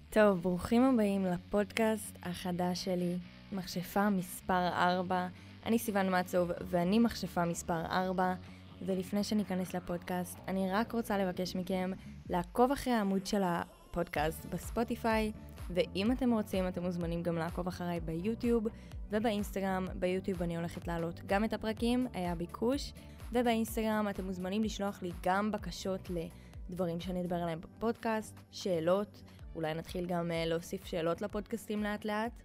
טוב, ברוכים הבאים לפודקאסט החדש שלי, מכשפה מספר 4. אני סיוון מצוב ואני מכשפה מספר 4, ולפני שניכנס לפודקאסט, אני רק רוצה לבקש מכם לעקוב אחרי העמוד של הפודקאסט בספוטיפיי, ואם אתם רוצים, אתם מוזמנים גם לעקוב אחריי ביוטיוב ובאינסטגרם. ביוטיוב אני הולכת להעלות גם את הפרקים, היה ביקוש, ובאינסטגרם אתם מוזמנים לשלוח לי גם בקשות לדברים שאני אדבר עליהם בפודקאסט, שאלות, אולי נתחיל גם להוסיף שאלות לפודקאסטים לאט לאט,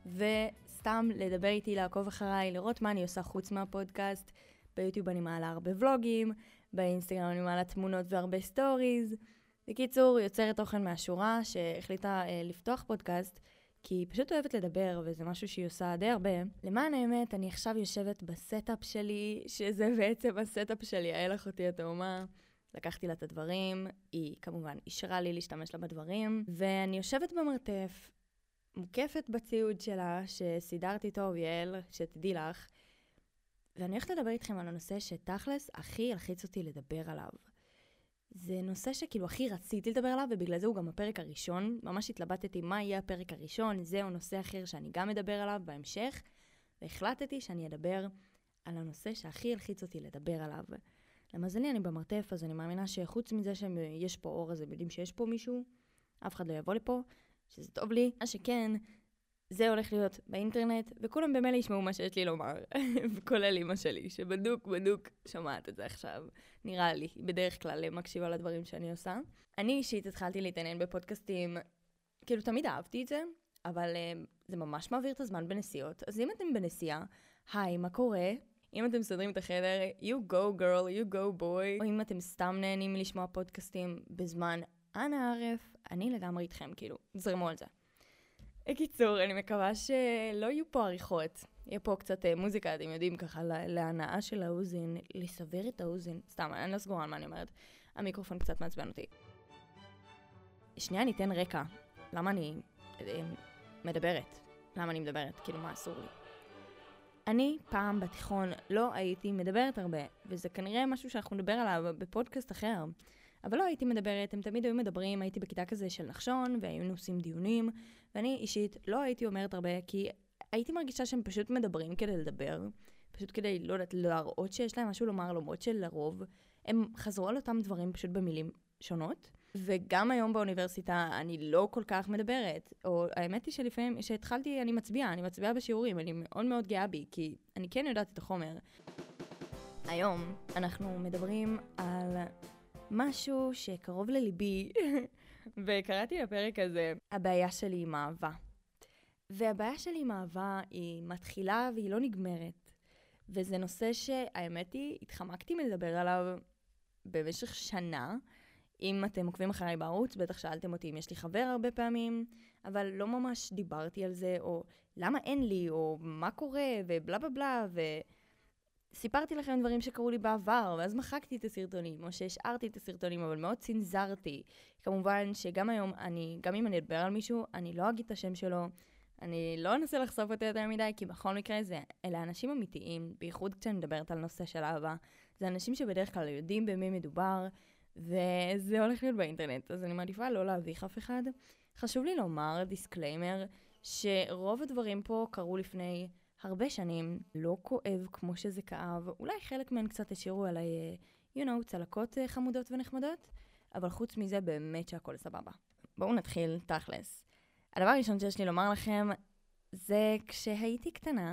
וסתם לדבר איתי, לעקוב אחריי, לראות מה אני עושה חוץ מהפודקאסט. ביוטיוב אני מעלה הרבה ולוגים, באינסטגרם אני מעלה תמונות והרבה סטוריז. בקיצור, יוצרת תוכן מהשורה שהחליטה לפתוח פודקאסט, כי היא פשוט אוהבת לדבר, וזה משהו שהיא עושה די הרבה. למען האמת, אני עכשיו יושבת בסטאפ שלי, שזה בעצם הסטאפ שלי, היה אחותי התאומה. לקחתי לה את הדברים, היא כמובן אישרה לי להשתמש לה בדברים, ואני יושבת במרתף, מוקפת בציוד שלה, שסידרתי טוב, יעל, שתדעי לך, ואני הולכת לדבר איתכם על הנושא שתכלס הכי ילחיץ אותי לדבר עליו. זה נושא שכאילו הכי רציתי לדבר עליו, ובגלל זה הוא גם הפרק הראשון. ממש התלבטתי מה יהיה הפרק הראשון, זהו נושא אחר שאני גם מדבר עליו בהמשך, והחלטתי שאני אדבר על הנושא שהכי ילחיץ אותי לדבר עליו. למזלי אני במרתף, אז אני מאמינה שחוץ מזה שיש פה אור, אז הם יודעים שיש פה מישהו, אף אחד לא יבוא לפה, שזה טוב לי. מה שכן, זה הולך להיות באינטרנט, וכולם במילא ישמעו מה שיש לי לומר, וכולל אמא שלי, שבדוק שומעת את זה עכשיו. נראה לי, בדרך כלל מקשיבה לדברים שאני עושה. אני אישית התחלתי להתעניין בפודקאסטים, כאילו תמיד אהבתי את זה, אבל זה ממש מעביר את הזמן בנסיעות. אז אם אתם בנסיעה, היי, מה קורה? אם אתם מסדרים את החדר, you go girl, you go boy, או אם אתם סתם נהנים לשמוע פודקאסטים בזמן אנא ערף, אני לגמרי איתכם, כאילו, זרמו על זה. בקיצור, אני מקווה שלא יהיו פה עריכות. יהיה פה קצת מוזיקה, אתם יודעים, ככה להנאה של האוזן, לסבר את האוזן. סתם, אני לא סגורה על מה אני אומרת. המיקרופון קצת מעצבן אותי. שנייה, ניתן רקע. למה אני מדברת? למה אני מדברת? כאילו, מה אסור לי? אני פעם בתיכון לא הייתי מדברת הרבה, וזה כנראה משהו שאנחנו נדבר עליו בפודקאסט אחר. אבל לא הייתי מדברת, הם תמיד היו מדברים, הייתי בכיתה כזה של נחשון, והיינו עושים דיונים, ואני אישית לא הייתי אומרת הרבה, כי הייתי מרגישה שהם פשוט מדברים כדי לדבר, פשוט כדי לא יודעת, להראות שיש להם משהו לומר, למרות שלרוב הם חזרו על אותם דברים פשוט במילים שונות. וגם היום באוניברסיטה אני לא כל כך מדברת, או האמת היא שלפעמים, שהתחלתי, אני מצביעה בשיעורים, אני מאוד מאוד גאה בי, כי אני כן יודעת את החומר. היום אנחנו מדברים על משהו שקרוב לליבי, וקראתי לפרק הזה, הבעיה שלי עם אהבה. והבעיה שלי עם אהבה היא מתחילה והיא לא נגמרת. וזה נושא שהאמת היא, התחמקתי מלדבר עליו במשך שנה. אם אתם עוקבים אחריי בערוץ, בטח שאלתם אותי אם יש לי חבר הרבה פעמים, אבל לא ממש דיברתי על זה, או למה אין לי, או מה קורה, ובלה בלה בלה, סיפרתי לכם דברים שקרו לי בעבר, ואז מחקתי את הסרטונים, או שהשארתי את הסרטונים, אבל מאוד צנזרתי. כמובן שגם היום, גם אם אני אדבר על מישהו, אני לא אגיד את השם שלו, אני לא אנסה לחשוף אותו יותר מדי, כי בכל מקרה אלה אנשים אמיתיים, בייחוד כשאני מדברת על נושא של אהבה. זה אנשים שבדרך כלל יודעים במי מדובר, וזה הולך להיות באינטרנט, אז אני מעדיפה לא להביך אף אחד. חשוב לי לומר, דיסקליימר, שרוב הדברים פה קרו לפני הרבה שנים, לא כואב כמו שזה כאב, אולי חלק מהן קצת השאירו עליי, צלקות חמודות ונחמדות, אבל חוץ מזה באמת שהכל סבבה. בואו נתחיל תכלס. הדבר הראשון שיש לי לומר לכם, זה כשהייתי קטנה,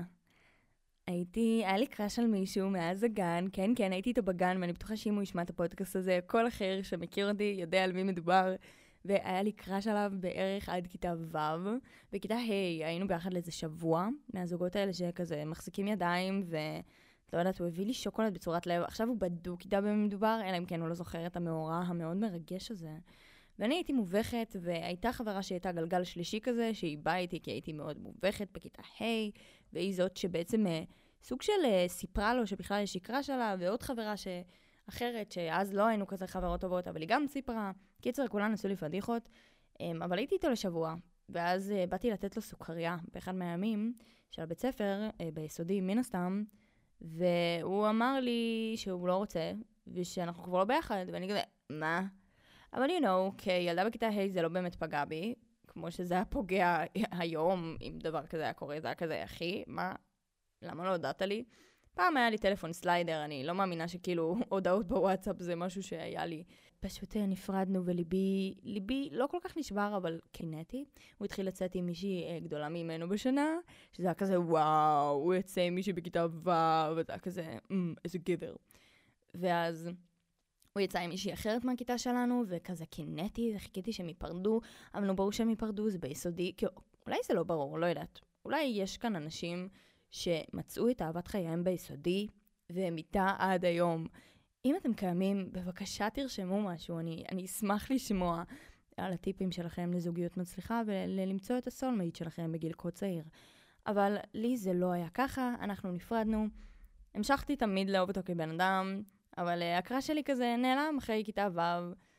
היה לי קראש על מישהו מאז הגן, כן, הייתי איתו בגן, ואני בטוחה שאם הוא ישמע את הפודקאסט הזה, כל אחר שמכיר אותי יודע על מי מדובר, והיה לי קראש עליו בערך עד כיתה ו'. בכיתה ה' היינו ביחד לאיזה שבוע, מהזוגות האלה שכזה מחזיקים ידיים, ולא יודעת, הוא הביא לי שוקולד בצורת לב, עכשיו הוא בדוק ידע במי מדובר, אלא אם כן הוא לא זוכר את המאורע המאוד מרגש הזה. ואני הייתי מובכת, והייתה חברה שהייתה גלגל שלישי כזה, שהיא באה איתי כי הייתי מאוד מובכת בכיתה ה', והיא זאת שבעצם סוג של סיפרה לו שבכלל יש שקרה שלה, ועוד חברה אחרת, שאז לא היינו כזה חברות טובות, אבל היא גם סיפרה. קיצר, כולן עשו לי פדיחות, אבל הייתי איתו לשבוע, ואז באתי לתת לו סוכריה באחד מהימים של הבית ספר, ביסודי מן הסתם, והוא אמר לי שהוא לא רוצה, ושאנחנו כבר לא ביחד, ואני כזה, מה? אבל כילדה בכיתה ה' זה לא באמת פגע בי, כמו שזה היה פוגע היום, אם דבר כזה היה קורה, זה היה כזה, אחי, מה? למה לא הודעת לי? פעם היה לי טלפון סליידר, אני לא מאמינה שכאילו הודעות בוואטסאפ זה משהו שהיה לי. פשוט נפרדנו וליבי לא כל כך נשבר, אבל קינאתי. הוא התחיל לצאת עם מישהי גדולה ממנו בשנה, שזה היה כזה וואו, הוא יצא עם מישהי בכיתה ו' וזה היה כזה, איזה גבר. ואז הוא יצא עם מישהי אחרת מהכיתה שלנו, וכזה קינאתי וחיכיתי שהם ייפרדו, אבל לא ברור שהם ייפרדו, זה ביסודי, כי אולי זה לא ברור, לא יודעת. אולי יש כאן אנשים שמצאו את אהבת חייהם ביסודי, והם איתה עד היום. אם אתם קיימים, בבקשה תרשמו משהו, אני אשמח לשמוע על הטיפים שלכם לזוגיות מצליחה, ולמצוא את הסולמייט שלכם בגיל כה צעיר. אבל לי זה לא היה ככה, אנחנו נפרדנו, המשכתי תמיד לאהוב אותו כבן אדם, אבל הקרש שלי כזה נעלם אחרי כיתה ו'.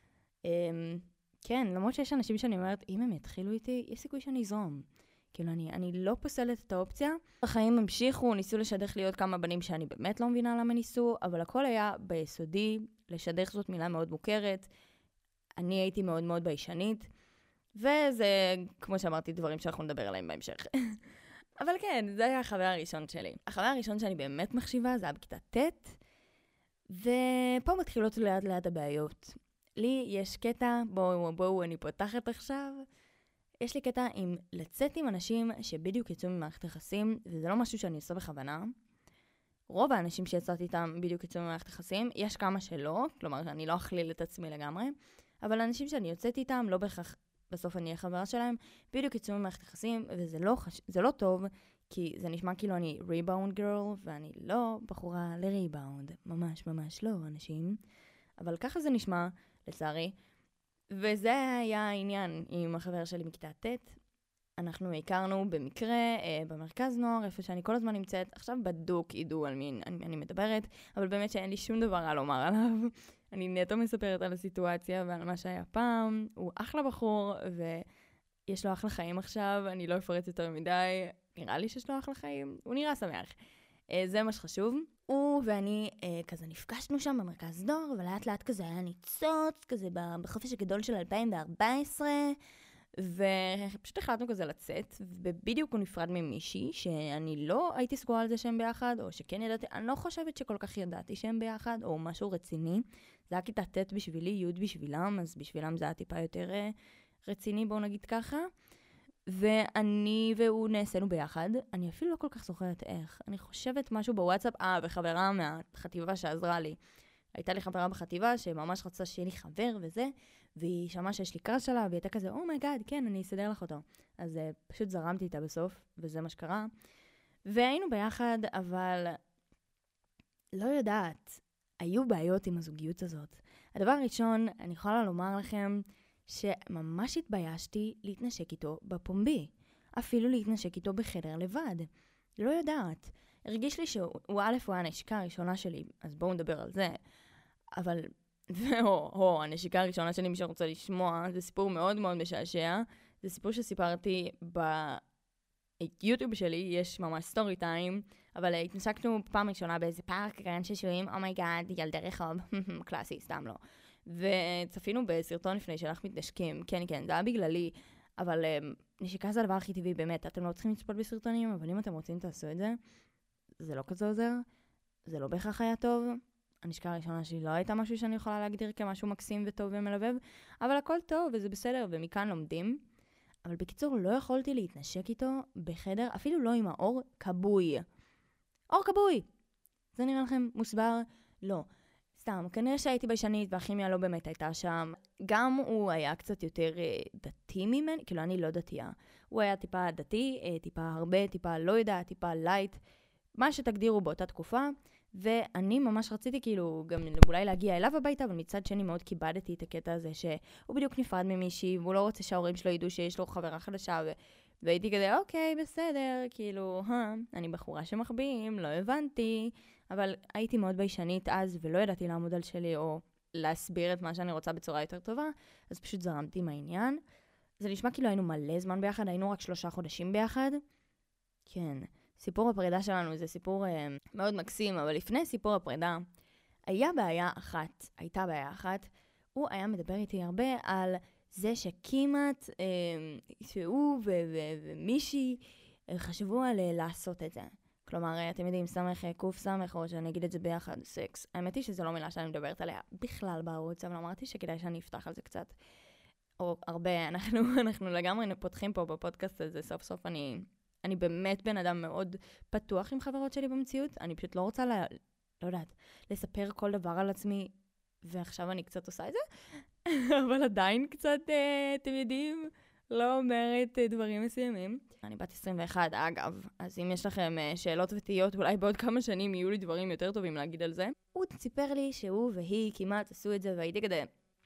כן, למרות שיש אנשים שאני אומרת, אם הם יתחילו איתי, יש סיכוי שאני אזרום. כאילו, אני לא פוסלת את האופציה. החיים המשיכו, ניסו לשדך להיות כמה בנים שאני באמת לא מבינה למה ניסו, אבל הכל היה ביסודי, לשדך זאת מילה מאוד מוכרת. אני הייתי מאוד מאוד ביישנית, וזה, כמו שאמרתי, דברים שאנחנו נדבר עליהם בהמשך. אבל כן, זה היה החבר הראשון שלי. החבר הראשון שאני באמת מחשיבה, זה היה בכיתה ט', ופה מתחילות ליד ליד הבעיות. לי יש קטע, בואו, אני פותחת עכשיו. יש לי קטע עם לצאת עם אנשים שבדיוק יצאו ממערכת יחסים, וזה לא משהו שאני עושה בכוונה. רוב האנשים שיצאתי איתם בדיוק יצאו ממערכת יחסים, יש כמה שלא, כלומר שאני לא אכליל את עצמי לגמרי, אבל האנשים שאני יוצאת איתם, לא בהכרח בסוף אני אהיה חברה שלהם, בדיוק יצאו ממערכת יחסים, וזה לא טוב, כי זה נשמע כאילו אני ריבאונד גרל, ואני לא בחורה לריבאונד, ממש ממש לא אנשים, אבל ככה זה נשמע, לצערי. וזה היה העניין עם החבר שלי מכיתה ט'. אנחנו הכרנו במקרה במרכז נוער, איפה שאני כל הזמן נמצאת. עכשיו בדוק ידעו על מי אני מדברת, אבל באמת שאין לי שום דבר על לומר עליו. אני נטו מספרת על הסיטואציה ועל מה שהיה פעם. הוא אחלה בחור, ויש לו אחלה חיים עכשיו. אני לא אפרט יותר מדי. נראה לי שיש לו אחלה חיים. הוא נראה שמח. זה מה שחשוב. הוא ואני כזה נפגשנו שם במרכז נוער, ולאט לאט כזה היה ניצוץ, כזה בחופש הגדול של 2014, ופשוט החלטנו כזה לצאת, ובדיוק הוא נפרד ממישהי, שאני לא הייתי סגורה על זה שהם ביחד, או שכן ידעתי, אני לא חושבת שכל כך ידעתי שהם ביחד, או משהו רציני. זה היה כיתה ט' בשבילי, י' בשבילם, אז בשבילם זה היה טיפה יותר רציני, בואו נגיד ככה. ואני והוא נעשינו ביחד, אני אפילו לא כל כך זוכרת איך. אני חושבת משהו בוואטסאפ, וחברה מהחטיבה שעזרה לי. הייתה לי חברה בחטיבה שממש רצה שיהיה לי חבר וזה, והיא שמעה שיש לי קראש עליו, והיא הייתה כזה, אומייגאד, כן, אני אסדר לך אותו. אז פשוט זרמתי איתה בסוף, וזה מה שקרה. והיינו ביחד, אבל לא יודעת, היו בעיות עם הזוגיות הזאת. הדבר הראשון, אני יכולה לומר לכם, שממש התביישתי להתנשק איתו בפומבי. אפילו להתנשק איתו בחדר לבד. לא יודעת. הרגיש לי שהוא הוא היה הנשיקה הראשונה שלי, אז בואו נדבר על זה. אבל, הנשיקה הראשונה שלי, מי שרוצה לשמוע, זה סיפור מאוד מאוד משעשע. זה סיפור שסיפרתי ביוטיוב שלי, יש ממש סטורי טיים, אבל התנשקנו פעם ראשונה באיזה פארק, גן ששויים, אומייגאד, ילדי רחוב, קלאסי, סתם לא. וצפינו בסרטון לפני שלך מתנשקים, כן, זה היה בגללי, אבל נשיקה זה הדבר הכי טבעי, באמת, אתם לא צריכים לצפות בסרטונים, אבל אם אתם רוצים תעשו את זה, זה לא כזה עוזר, זה לא בהכרח היה טוב, הנשיקה הראשונה שלי לא הייתה משהו שאני יכולה להגדיר כמשהו מקסים וטוב ומלבב, אבל הכל טוב וזה בסדר, ומכאן לומדים, אבל בקיצור לא יכולתי להתנשק איתו בחדר, אפילו לא עם האור כבוי. אור כבוי! זה נראה לכם מוסבר? לא. סתם, כנראה שהייתי ביישנית והכימיה לא באמת הייתה שם. גם הוא היה קצת יותר דתי ממני, כאילו אני לא דתייה. הוא היה טיפה דתי, טיפה הרבה, טיפה לא יודע, טיפה לייט, מה שתגדירו באותה תקופה. ואני ממש רציתי כאילו גם אולי להגיע אליו הביתה, אבל מצד שני מאוד כיבדתי את הקטע הזה שהוא בדיוק נפרד ממישהי, והוא לא רוצה שההורים שלו ידעו שיש לו חברה חדשה, והייתי כזה, אוקיי, בסדר, כאילו, אני בחורה שמחביאים, לא הבנתי, אבל הייתי מאוד ביישנית אז, ולא ידעתי לעמוד על שלי, או להסביר את מה שאני רוצה בצורה יותר טובה, אז פשוט זרמתי עם העניין. זה נשמע כאילו היינו מלא זמן ביחד, היינו רק 3 חודשים ביחד. כן, סיפור הפרידה שלנו זה סיפור מאוד מקסים, אבל לפני סיפור הפרידה, הייתה בעיה אחת, הוא היה מדבר איתי הרבה על זה שכמעט שהוא ומישהי חשבו על לעשות את זה. כלומר, אתם יודעים, סמך, קוף סמך, או שאני אגיד את זה ביחד, סקס. האמת היא שזו לא מילה שאני מדברת עליה בכלל בערוץ, אבל אמרתי שכדאי שאני אפתח על זה קצת. או הרבה, אנחנו לגמרי פותחים פה בפודקאסט הזה, סוף סוף אני באמת בן אדם מאוד פתוח עם חברות שלי במציאות, אני פשוט לא רוצה, לא יודעת, לספר כל דבר על עצמי, ועכשיו אני קצת עושה את זה, אבל עדיין קצת, אתם יודעים, לא אומרת דברים מסוימים. אני בת 21, אגב, אז אם יש לכם שאלות ותהיות, אולי בעוד כמה שנים יהיו לי דברים יותר טובים להגיד על זה. הוא סיפר לי שהוא והיא כמעט עשו את זה, והייתי כזה,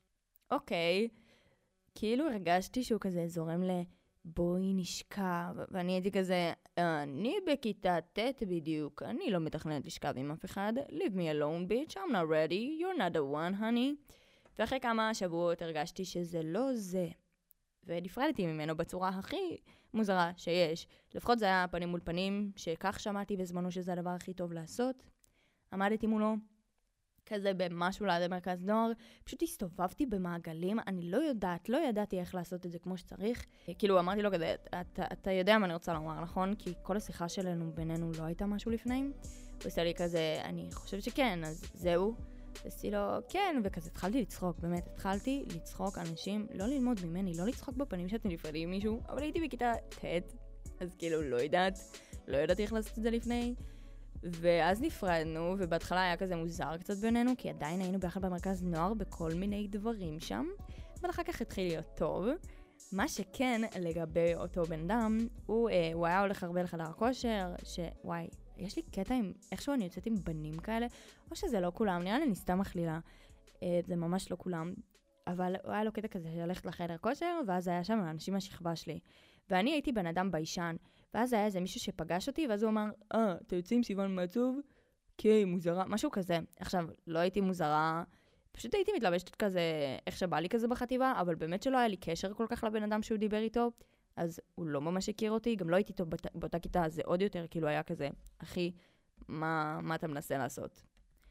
אוקיי, כאילו הרגשתי שהוא כזה זורם בואי נשכב, ואני הייתי כזה, אני בכיתה ט' בדיוק, אני לא מתכננת לשכב עם אף אחד, leave me alone bitch, I'm not ready, you're not the one honey. ואחרי כמה שבועות הרגשתי שזה לא זה, ונפרדתי ממנו בצורה הכי מוזרה שיש. לפחות זה היה פנים מול פנים, שכך שמעתי בזמנו שזה הדבר הכי טוב לעשות. עמדתי מולו, כזה במשהו ליד מרכז נוער, פשוט הסתובבתי במעגלים, אני לא ידעתי איך לעשות את זה כמו שצריך. כאילו אמרתי לו כזה, אתה יודע מה אני רוצה לומר, נכון? כי כל השיחה שלנו בינינו לא הייתה משהו לפני. הוא עושה לי כזה, אני חושבת שכן, אז זהו. עשיתי לו, כן, וכזה התחלתי לצחוק, באמת, התחלתי לצחוק אנשים, לא ללמוד ממני, לא לצחוק בפנים שאתם נפרדים עם מישהו, אבל הייתי בכיתה ט', אז כאילו לא ידעתי איך לעשות את זה לפני. ואז נפרדנו, ובהתחלה היה כזה מוזר קצת בינינו, כי עדיין היינו ביחד במרכז נוער בכל מיני דברים שם, אבל אחר כך התחיל להיות טוב. מה שכן לגבי אותו בן אדם, הוא היה הולך הרבה לחדר הכושר, שוואי, יש לי קטע עם איכשהו אני יוצאת עם בנים כאלה, או שזה לא כולם, נראה לי אני סתם מכלילה, זה ממש לא כולם, אבל הוא היה לו קטע כזה שהלכת לחדר כושר, ואז היה שם אנשים מהשכבה שלי. ואני הייתי בן אדם ביישן, ואז היה איזה מישהו שפגש אותי, ואז הוא אמר, אתה יוצא עם סיוון מעצוב? כן, מוזרה, משהו כזה. עכשיו, לא הייתי מוזרה, פשוט הייתי מתלבשת כזה, איך שבא לי כזה בחטיבה, אבל באמת שלא היה לי קשר כל כך לבן אדם שהוא דיבר איתו, אז הוא לא ממש הכיר אותי, גם לא הייתי איתו באותה כיתה, זה עוד יותר, כאילו היה כזה, אחי, מה אתה מנסה לעשות?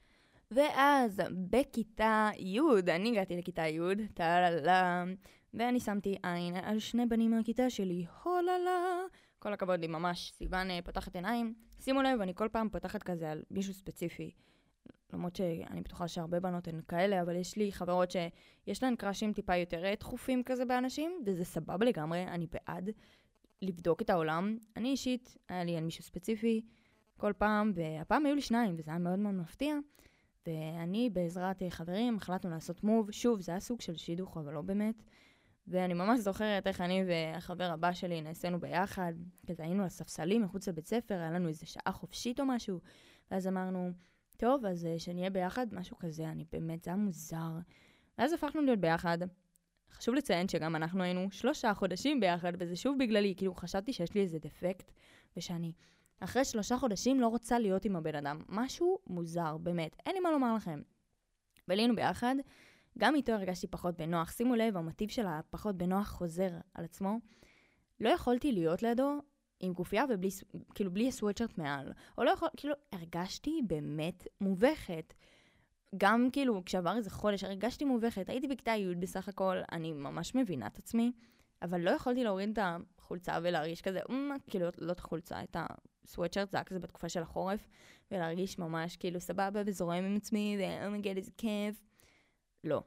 ואז בכיתה י', אני הגעתי לכיתה י', טללה, ואני שמתי עין על שני בנים מהכיתה שלי, הוללה, כל הכבוד לי ממש, סיוון פתחת עיניים, שימו לב, אני כל פעם פותחת כזה על מישהו ספציפי, למרות שאני בטוחה שהרבה בנות הן כאלה, אבל יש לי חברות שיש להן קראשים טיפה יותר דחופים כזה באנשים, וזה סבבה לגמרי, אני בעד לבדוק את העולם. אני אישית, היה לי על מישהו ספציפי כל פעם, והפעם היו לי שניים, וזה היה מאוד מאוד מפתיע, ואני בעזרת חברים החלטנו לעשות מוב, שוב, זה היה סוג של שידוך, אבל לא באמת, ואני ממש זוכרת איך אני והחבר הבא שלי נעשינו ביחד, כזה היינו על ספסלים מחוץ לבית ספר, היה לנו איזה שעה חופשית או משהו, ואז אמרנו, טוב, אז שנהיה ביחד, משהו כזה, אני באמת, זה היה מוזר. ואז הפכנו להיות ביחד. חשוב לציין שגם אנחנו היינו 3 חודשים ביחד, וזה שוב בגללי, כאילו חשבתי שיש לי איזה דפקט, ושאני אחרי 3 חודשים לא רוצה להיות עם הבן אדם. משהו מוזר, באמת, אין לי מה לומר לכם. ועלינו ביחד, גם איתו הרגשתי פחות בנוח. שימו לב, המוטיב של הפחות בנוח חוזר על עצמו. לא יכולתי להיות לידו עם גופייה ובלי, כאילו בלי הסוואטשרט מעל. או לא יכול, כאילו, הרגשתי באמת מובכת. גם כאילו, כשעבר איזה חודש, הרגשתי מובכת. הייתי בכיתה י' בסך הכל, אני ממש מבינה את עצמי, אבל לא יכולתי להוריד את החולצה ולהרגיש כזה, כאילו, לא את החולצה, את הסוואטשרט, זה היה כזה בתקופה של החורף, ולהרגיש ממש כאילו סבבה וזורם עם עצמי, ואומייגד, איזה כיף. לא.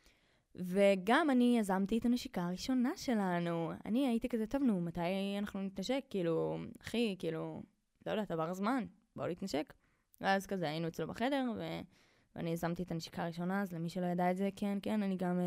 וגם אני יזמתי את הנשיקה הראשונה שלנו. אני הייתי כזה, טוב, נו, מתי אנחנו נתנשק? כאילו, אחי, כאילו, לא יודעת, עבר הזמן, בואו להתנשק. ואז כזה היינו אצלו בחדר, ואני יזמתי את הנשיקה הראשונה, אז למי שלא ידע את זה, כן, אני גם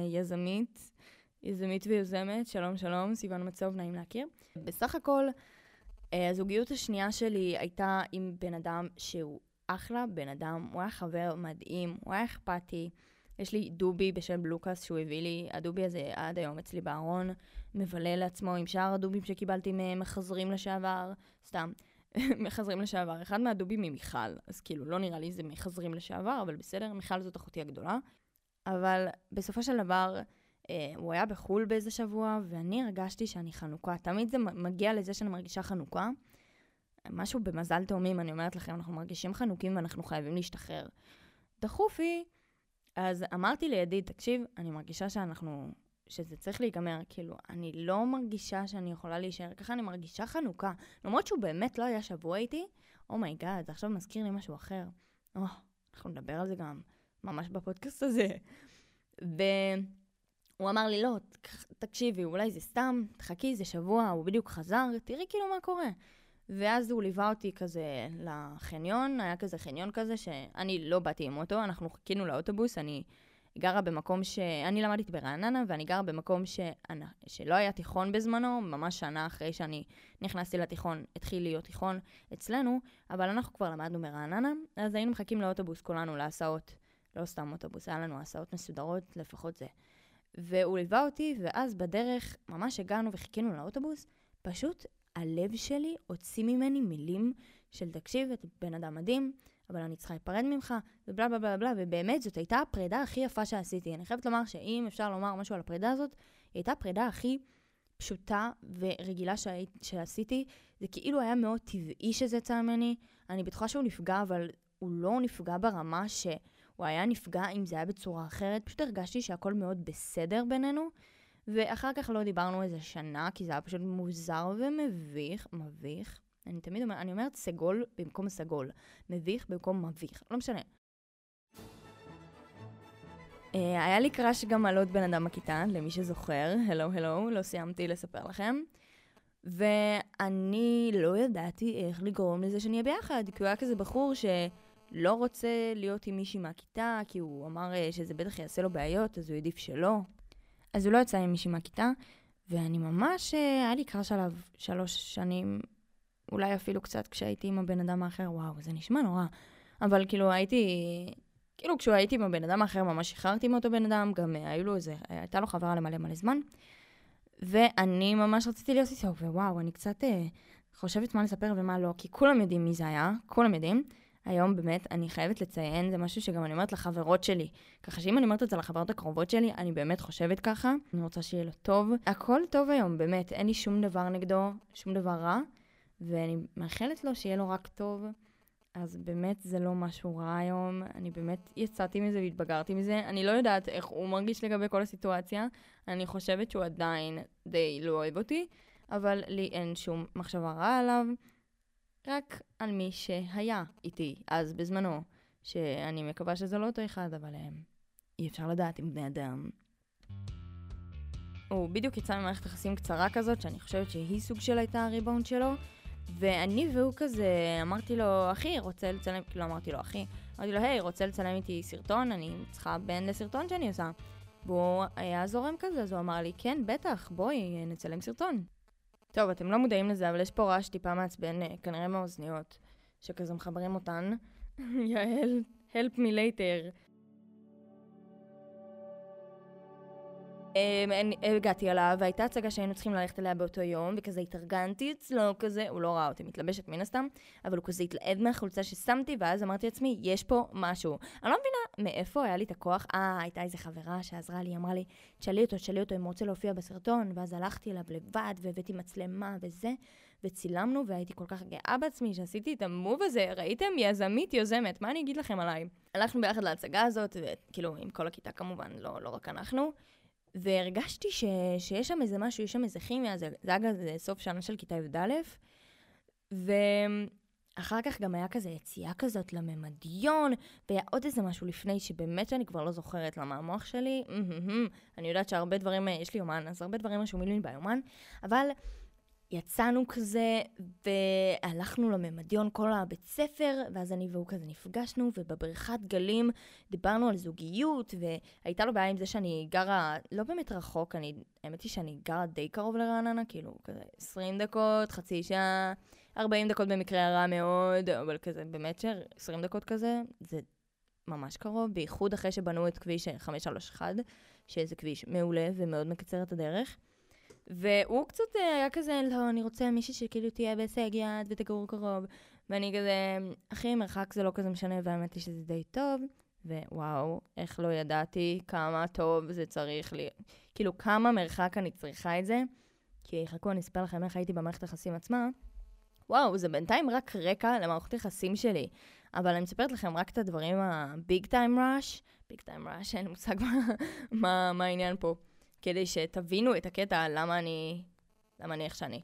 יזמית ויוזמת. שלום, שלום, סיוון מצוב, נעים להכיר. בסך הכל, הזוגיות השנייה שלי הייתה עם בן אדם שהוא אחלה בן אדם, הוא היה חבר מדהים, הוא היה אכפתי. יש לי דובי בשם לוקאס שהוא הביא לי, הדובי הזה עד היום אצלי בארון, מבלה לעצמו עם שאר הדובים שקיבלתי מחזרים לשעבר, סתם, מחזרים לשעבר. אחד מהדובים ממיכל, אז כאילו לא נראה לי זה מחזרים לשעבר, אבל בסדר, מיכל זאת אחותי הגדולה. אבל בסופו של דבר, הוא היה בחול באיזה שבוע, ואני הרגשתי שאני חנוכה. תמיד זה מגיע לזה שאני מרגישה חנוכה. משהו במזל תאומים, אני אומרת לכם, אנחנו מרגישים חנוכים ואנחנו חייבים להשתחרר. דחופי. אז אמרתי לידי, תקשיב, אני מרגישה שאנחנו שזה צריך להיגמר, כאילו, אני לא מרגישה שאני יכולה להישאר, ככה אני מרגישה חנוכה, למרות שהוא באמת לא היה שבוע איתי, אומייגאד, זה עכשיו מזכיר לי משהו אחר. אנחנו נדבר על זה גם ממש בפודקאסט הזה. והוא אמר לי, לא, תקשיבי, אולי זה סתם, תחכי, זה שבוע, הוא בדיוק חזר, תראי כאילו מה קורה. ואז הוא ליווה אותי כזה לחניון, היה כזה חניון כזה שאני לא באתי עם אוטו, אנחנו חיכינו לאוטובוס, אני גרה במקום אני למדתי ברעננה, ואני גרה במקום שלא היה תיכון בזמנו, ממש שנה אחרי שאני נכנסתי לתיכון, התחיל להיות תיכון אצלנו, אבל אנחנו כבר למדנו ברעננה, אז היינו מחכים לאוטובוס כולנו להסעות, לא סתם אוטובוס, היה לנו הסעות מסודרות, לפחות זה. והוא ליווה אותי, ואז בדרך ממש הגענו וחיכינו לאוטובוס, פשוט הלב שלי הוציא ממני מילים של תקשיב, את בן אדם מדהים, אבל אני צריכה להיפרד ממך, ובלה בלה בלה בלה, ובאמת זאת הייתה הפרידה הכי יפה שעשיתי. אני חייבת לומר שאם אפשר לומר משהו על הפרידה הזאת, היא הייתה הפרידה הכי פשוטה ורגילה שעשיתי. זה כאילו היה מאוד טבעי שזה יצא ממני. אני בטוחה שהוא נפגע, אבל הוא לא נפגע ברמה שהוא היה נפגע אם זה היה בצורה אחרת. פשוט הרגשתי שהכל מאוד בסדר בינינו, ואחר כך לא דיברנו איזה שנה, כי זה היה פשוט מוזר ומביך, מביך. אני אומרת סגול במקום סגול, מביך במקום מביך, לא משנה. היה לי קראש גם על עוד בן אדם בכיתה, למי שזוכר, הלו, לא סיימתי לספר לכם. ואני לא ידעתי איך לגרום לזה שנהיה ביחד, כי הוא היה כזה בחור שלא רוצה להיות עם מישהי מהכיתה, כי הוא אמר שזה בטח יעשה לו בעיות, אז הוא עדיף שלא. אז הוא לא יצא עם מישהי מהכיתה, ואני ממש, היה לי קראש עליו 3 שנים, אולי אפילו קצת כשהייתי עם הבן אדם האחר, וואו, זה נשמע נורא. אבל כאילו כשהוא הייתי עם הבן אדם האחר, ממש שחררתי עם אותו בן אדם, גם הייתה לו חברה למלא זמן, ואני ממש רציתי להיות איתו, ווואו, אני קצת חושבת מה לספר ומה לא, כי כולם יודעים מי זה היה, כולם יודעים. היום באמת אני חייבת לציין, זה משהו שגם אני אומרת לחברות שלי, ככה שאם אני אומרת את זה לחברות הקרובות שלי, אני באמת חושבת ככה, אני רוצה שיהיה לו טוב. הכל טוב היום, באמת, אין לי שום דבר נגדו, שום דבר רע, ואני מאחלת לו שיהיה לו רק טוב, אז באמת זה לא משהו רע היום, אני באמת יצאתי מזה והתבגרתי מזה, אני לא יודעת איך הוא מרגיש לגבי כל הסיטואציה, אני חושבת שהוא עדיין די לא אוהב אותי, אבל לי אין שום מחשבה רעה עליו, רק על מי שהיה איתי אז בזמנו, שאני מקווה שזה לא אותו אחד, אבל אי אפשר לדעת עם בני אדם. הוא בדיוק יצא ממערכת יחסים קצרה כזאת, שאני חושבת שהיא סוג של הייתה הריבאונד שלו, ואני והוא כזה, אמרתי לו, אחי, רוצה לצלם, כאילו אמרתי לו, אחי, אמרתי לו, היי, רוצה לצלם איתי סרטון, אני צריכה בן לסרטון שאני עושה. והוא היה זורם כזה, אז הוא אמר לי, כן, בטח, בואי, נצלם סרטון. טוב, אתם לא מודעים לזה, אבל יש פה רעש טיפה מעצבן, כנראה מהאוזניות, שכזה מחברים אותן. יעל, help me later. הגעתי עליו, והייתה הצגה שהיינו צריכים ללכת אליה באותו יום, וכזה התארגנתי אצלו כזה, הוא לא ראה אותי מתלבשת מן הסתם, אבל הוא כזה התלעד מהחולצה ששמתי, ואז אמרתי לעצמי, יש פה משהו. אני לא מבינה מאיפה היה לי את הכוח, הייתה איזה חברה שעזרה לי, אמרה לי, תשאלי אותו אם הוא רוצה להופיע בסרטון, ואז הלכתי אליו לבד, והבאתי מצלמה וזה, וצילמנו, והייתי כל כך גאה בעצמי שעשיתי את המוב הזה, ראיתם? יזמית יוזמת, מה אני אגיד לכם עליי? הלכנו ביחד להצגה הזאת, וכאילו עם כל הכיתה כמובן, לא רק אנחנו. והרגשתי שיש שם איזה משהו, יש שם איזה כימיה, זה אגב, זה סוף שנה של כיתה י"א, ואחר כך גם היה כזה יציאה כזאת לממדיון, והיה עוד איזה משהו לפני, שבאמת שאני כבר לא זוכרת למה המוח שלי, אני יודעת שהרבה דברים, יש לי יומן, אז הרבה דברים רשומים לי ביומן, אבל יצאנו כזה, והלכנו לממדיון כל הבית ספר, ואז אני והוא כזה נפגשנו, ובבריכת גלים דיברנו על זוגיות, והייתה לו בעיה עם זה שאני גרה, לא באמת רחוק, האמת היא שאני גרה די קרוב לרעננה, כאילו כזה 20 דקות, חצי שעה, 40 דקות במקרה הרע מאוד, אבל כזה באמת ש20 דקות כזה, זה ממש קרוב, בייחוד אחרי שבנו את כביש 531, שזה כביש מעולה ומאוד מקצר את הדרך. והוא קצת היה כזה, לא, אני רוצה מישהי שכאילו תהיה בהישג יד ותגור קרוב. ואני כזה, אחי, מרחק זה לא כזה משנה, והאמת היא שזה די טוב. ווואו, איך לא ידעתי כמה טוב זה צריך לי. כאילו, כמה מרחק אני צריכה את זה. כי חכו, אני אספר לכם איך הייתי במערכת היחסים עצמה. וואו, זה בינתיים רק רקע למערכת היחסים שלי. אבל אני מספרת לכם רק את הדברים הביג טיים ראש. ביג טיים ראש, אין מושג מה העניין פה. כדי שתבינו את הקטע למה אני איך שאני.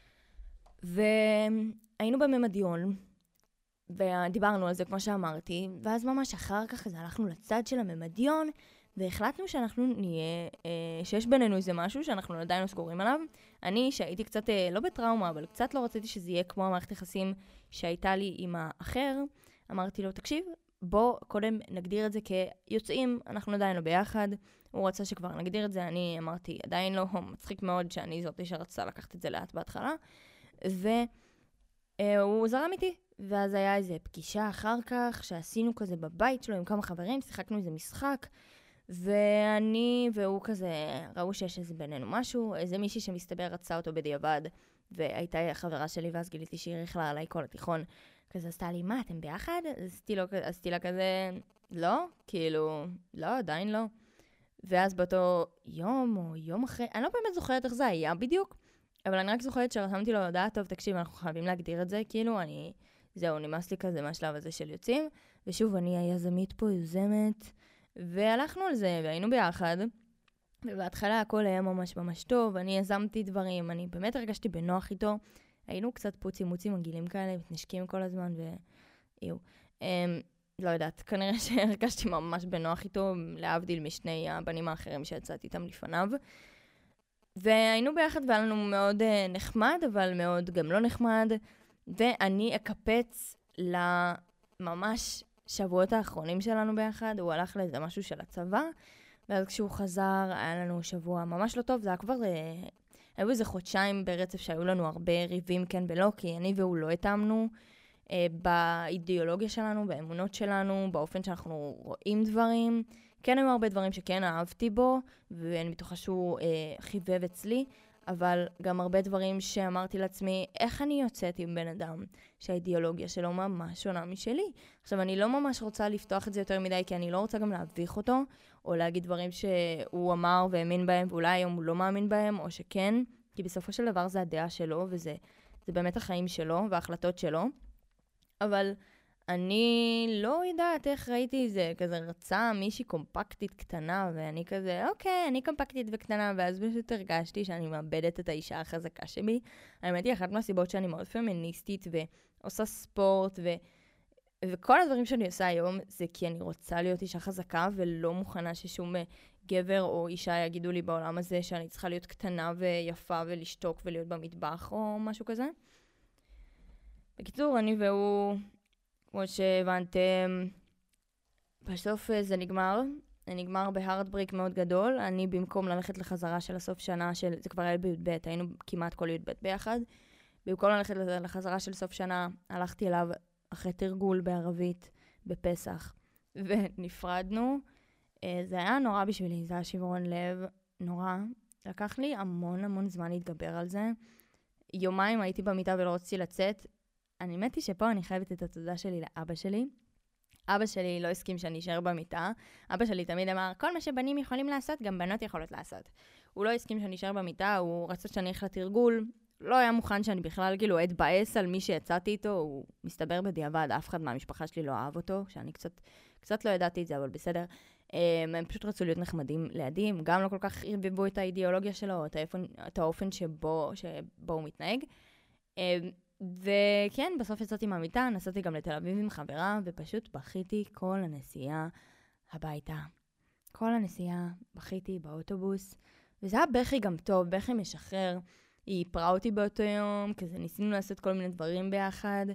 והיינו בממדיון, ודיברנו על זה כמו שאמרתי, ואז ממש אחר כך הלכנו לצד של הממדיון, והחלטנו שאנחנו נהיה, שיש בינינו איזה משהו שאנחנו עדיין לא סגורים עליו. אני, שהייתי קצת, לא בטראומה, אבל קצת לא רציתי שזה יהיה כמו המערכת יחסים שהייתה לי עם האחר, אמרתי לו, תקשיב, בוא קודם נגדיר את זה כיוצאים, אנחנו עדיין לא ביחד. הוא רצה שכבר נגדיר את זה, אני אמרתי, עדיין לא, מצחיק מאוד שאני זאתי שרצה לקחת את זה לאט בהתחלה. והוא זרם איתי, ואז היה איזה פגישה אחר כך, שעשינו כזה בבית שלו עם כמה חברים, שיחקנו איזה משחק, והוא כזה, ראו שיש איזה בינינו משהו, איזה מישהי שמסתבר רצה אותו בדיעבד, והייתה חברה שלי, ואז גיליתי שהיא ריחלה עליי כל התיכון, כזה עשתה לי, מה, אתם ביחד? עשיתי לה כזה, לא, כאילו, לא, עדיין לא. ואז באותו יום או יום אחרי, אני לא באמת זוכרת איך זה היה בדיוק, אבל אני רק זוכרת שרשמתי לו הודעה, טוב, תקשיב, אנחנו חייבים להגדיר את זה, כאילו, זהו, נמאס לי כזה מהשלב הזה של יוצאים, ושוב, אני היזמית פה יוזמת, והלכנו על זה, והיינו ביחד, ובהתחלה הכל היה ממש ממש טוב, אני יזמתי דברים, אני באמת הרגשתי בנוח איתו, היינו קצת פוצים מגעילים כאלה, מתנשקים כל הזמן, ואיו. לא יודעת, כנראה שהרגשתי ממש בנוח איתו, להבדיל משני הבנים האחרים שיצאתי איתם לפניו. והיינו ביחד והיה לנו מאוד נחמד, אבל מאוד גם לא נחמד, ואני אקפץ לממש שבועות האחרונים שלנו ביחד, הוא הלך לאיזה משהו של הצבא, ואז כשהוא חזר, היה לנו שבוע ממש לא טוב, זה היה כבר, היו איזה חודשיים ברצף שהיו לנו הרבה ריבים כן ולא, כי אני והוא לא התאמנו באידיאולוגיה שלנו, באמונות שלנו, באופן שאנחנו רואים דברים. כן היו הרבה דברים שכן אהבתי בו, ואני בטוחה שהוא חיבב אצלי, אבל גם הרבה דברים שאמרתי לעצמי, איך אני יוצאת עם בן אדם שהאידיאולוגיה שלו ממש שונה משלי. עכשיו, אני לא ממש רוצה לפתוח את זה יותר מדי, כי אני לא רוצה גם להביך אותו, או להגיד דברים שהוא אמר והאמין בהם, ואולי היום הוא לא מאמין בהם, או שכן, כי בסופו של דבר זה הדעה שלו, וזה באמת החיים שלו וההחלטות שלו. אבל אני לא יודעת איך ראיתי זה, כזה רצה מישהי קומפקטית קטנה, ואני כזה, אוקיי, אני קומפקטית וקטנה, ואז פשוט הרגשתי שאני מאבדת את האישה החזקה שבי. האמת היא, אחת מהסיבות שאני מאוד פמיניסטית, ועושה ספורט, וכל הדברים שאני עושה היום, זה כי אני רוצה להיות אישה חזקה, ולא מוכנה ששום גבר או אישה יגידו לי בעולם הזה, שאני צריכה להיות קטנה ויפה, ולשתוק ולהיות במטבח, או משהו כזה. בקיצור, אני והוא, כמו שהבנתם, בסוף זה נגמר. זה נגמר בהארדברייק מאוד גדול. אני במקום ללכת לחזרה של הסוף שנה, זה כבר היה בי"ב, היינו כמעט כל י"ב ביחד. במקום ללכת לחזרה של סוף שנה, הלכתי אליו אחרי תרגול בערבית בפסח, ונפרדנו. זה היה נורא בשבילי, זה היה שברון לב נורא. לקח לי המון זמן להתגבר על זה. יומיים הייתי במיטה ולא רציתי לצאת. אני מתי שפה אני חייבת את התודה שלי לאבא שלי. אבא שלי לא הסכים שאני אשאר במיטה. אבא שלי תמיד אמר, כל מה שבנים יכולים לעשות, גם בנות יכולות לעשות. הוא לא הסכים שאני אשאר במיטה, הוא רצה שאני אלך לתרגול. לא היה מוכן שאני בכלל כאילו אתבאס על מי שיצאתי איתו. הוא מסתבר בדיעבד, אף אחד מהמשפחה שלי לא אהב אותו, שאני קצת לא ידעתי את זה, אבל בסדר. הם פשוט רצו להיות נחמדים לידים, גם לא כל כך הרביבו את האידיאולוגיה שלו, את האופן שבו הוא מתנהג. וכן, בסוף יצאתי מהמיטה, נסעתי גם לתל אביב עם חברה, ופשוט בכיתי כל הנסיעה הביתה. כל הנסיעה בכיתי באוטובוס, וזה היה בכי גם טוב, בכי משחרר. היא פרעה אותי באותו יום, כזה ניסינו לעשות כל מיני דברים ביחד.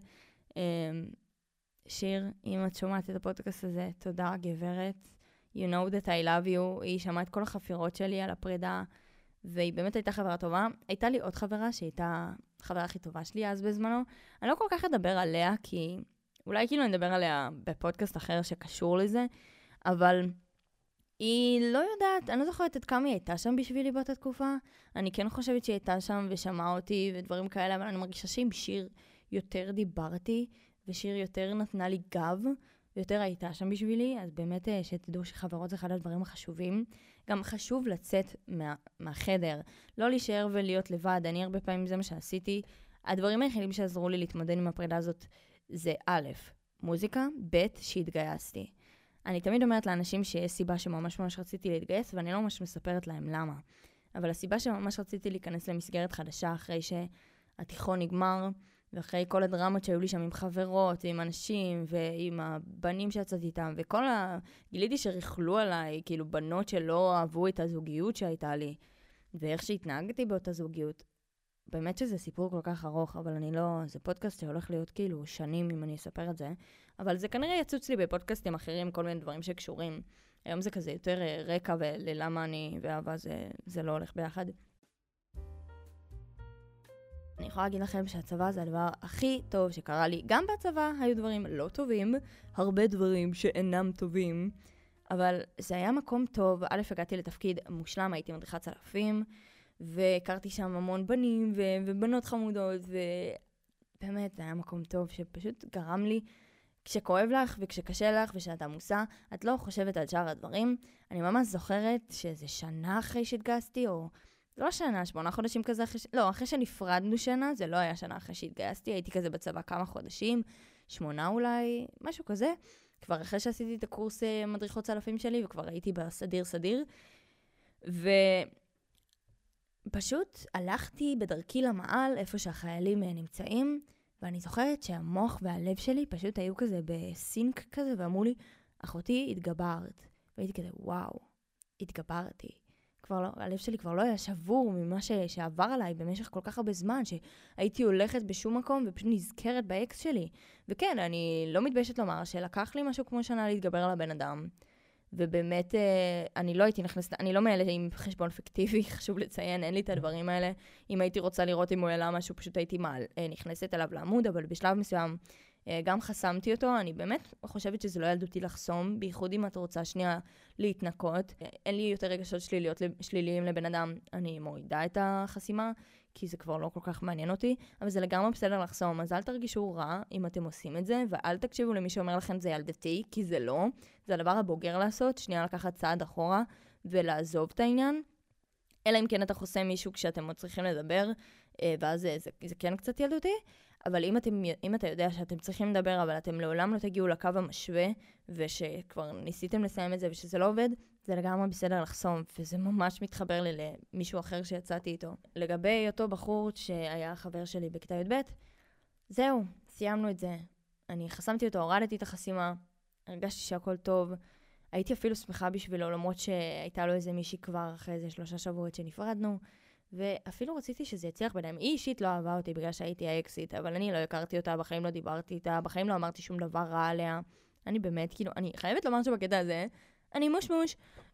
שיר, אם את שומעת את הפודקאסט הזה, תודה גברת. You know that I love you. היא שמעה את כל החפירות שלי על הפרידה, והיא באמת הייתה חברה טובה. הייתה לי עוד חברה שהייתה החברה הכי טובה שלי אז בזמנו. אני לא כל כך אדבר עליה, כי אולי כאילו נדבר עליה בפודקאסט אחר שקשור לזה, אבל היא לא יודעת, אני לא זוכרת עד כמה היא הייתה שם בשבילי באותה תקופה. אני כן חושבת שהיא הייתה שם ושמעה אותי ודברים כאלה, אבל אני מרגישה שעם שיר יותר דיברתי, ושיר יותר נתנה לי גב, ויותר הייתה שם בשבילי, אז באמת שתדעו שחברות זה אחד הדברים החשובים. גם חשוב לצאת מהחדר, לא להישאר ולהיות לבד. אני הרבה פעמים זה מה שעשיתי. הדברים היחידים שעזרו לי להתמודד עם הפרידה הזאת זה א', מוזיקה, ב', שהתגייסתי. אני תמיד אומרת לאנשים שיש סיבה שממש ממש רציתי להתגייס, ואני לא ממש מספרת להם למה. אבל הסיבה שממש רציתי להיכנס למסגרת חדשה אחרי שהתיכון נגמר, ואחרי כל הדרמות שהיו לי שם עם חברות, עם אנשים, ועם הבנים שיצאתי איתם, גיליתי שריחלו עליי, כאילו בנות שלא אהבו את הזוגיות שהייתה לי, ואיך שהתנהגתי באותה זוגיות. באמת שזה סיפור כל כך ארוך, אבל אני לא, זה פודקאסט שהולך להיות כאילו שנים אם אני אספר את זה, אבל זה כנראה יצוץ לי בפודקאסטים אחרים, כל מיני דברים שקשורים. היום זה כזה יותר רקע וללמה אני ואהבה זה לא הולך ביחד. אני יכולה להגיד לכם שהצבא זה הדבר הכי טוב שקרה לי. גם בצבא היו דברים לא טובים, הרבה דברים שאינם טובים, אבל זה היה מקום טוב. א', הגעתי לתפקיד מושלם, הייתי מדריכת צלפים, והכרתי שם המון בנים ובנות חמודות, ובאמת זה היה מקום טוב שפשוט גרם לי, כשכואב לך וכשקשה לך ושאת עמוסה, את לא חושבת על שאר הדברים. אני ממש זוכרת שזה שנה אחרי שהתגייסתי, או לא שנה, 8 חודשים כזה אחרי שנפרדנו שנה, זה לא היה שנה אחרי שהתגייסתי, הייתי כזה בצבא כמה חודשים, 8 אולי, משהו כזה, כבר אחרי שעשיתי את הקורס מדריכות צלפים שלי, וכבר הייתי בסדיר, ופשוט הלכתי בדרכי למעל, איפה שהחיילים נמצאים, ואני זוכרת שהמוח והלב שלי פשוט היו כזה בסינק כזה, ואמרו לי, אחותי, התגברת. והייתי כזה, וואו, התגברתי. הלב שלי כבר לא היה שבור ממה שעבר עליי במשך כל כך הרבה זמן, שהייתי הולכת בשום מקום ופשוט נזכרת באקס שלי. וכן, אני לא מתביישת לומר שלקח לי משהו כמו שנה להתגבר על הבן אדם. ובאמת, אני לא הייתי נכנסת, אני לא מאלה עם חשבון פיקטיבי, חשוב לציין, אין לי את הדברים האלה. אם הייתי רוצה לראות אם הוא העלה משהו, פשוט הייתי נכנסת אליו לעמוד, אבל בשלב מסוים גם חסמתי אותו. אני באמת חושבת שזה לא ילדותי לחסום, בייחוד אם את רוצה שנייה להתנקות. אין לי יותר רגשות שליליים לבן אדם, אני מורידה את החסימה, כי זה כבר לא כל כך מעניין אותי, אבל זה לגמרי בסדר לחסום, אז אל תרגישו רע אם אתם עושים את זה, ואל תקשיבו למי שאומר לכם זה ילדתי, כי זה לא. זה הדבר הבוגר לעשות, שנייה לקחת צעד אחורה ולעזוב את העניין. אלא אם כן אתה חוסם מישהו כשאתם עוד צריכים לדבר, ואז זה כן קצת ילדותי. אבל אם אתה יודע שאתם צריכים לדבר, אבל אתם לעולם לא תגיעו לקו המשווה, ושכבר ניסיתם לסיים את זה ושזה לא עובד, זה לגמרי בסדר לחסום, וזה ממש מתחבר לי למישהו אחר שיצאתי איתו. לגבי אותו בחור שהיה חבר שלי בכיתה י"ב, זהו, סיימנו את זה. אני חסמתי אותו, הורדתי את החסימה, הרגשתי שהכל טוב, הייתי אפילו שמחה בשבילו, למרות שהייתה לו איזה מישהי כבר אחרי איזה 3 שבועות שנפרדנו, ואפילו רציתי שזה יצליח ביניהם. היא אישית לא אהבה אותי בגלל שהייתי האקסיט, אבל אני לא הכרתי אותה, בחיים לא דיברתי איתה, בחיים לא אמרתי שום דבר רע עליה. אני באמת, כאילו, אני חייבת לומר שבקטע הזה, אני מוש.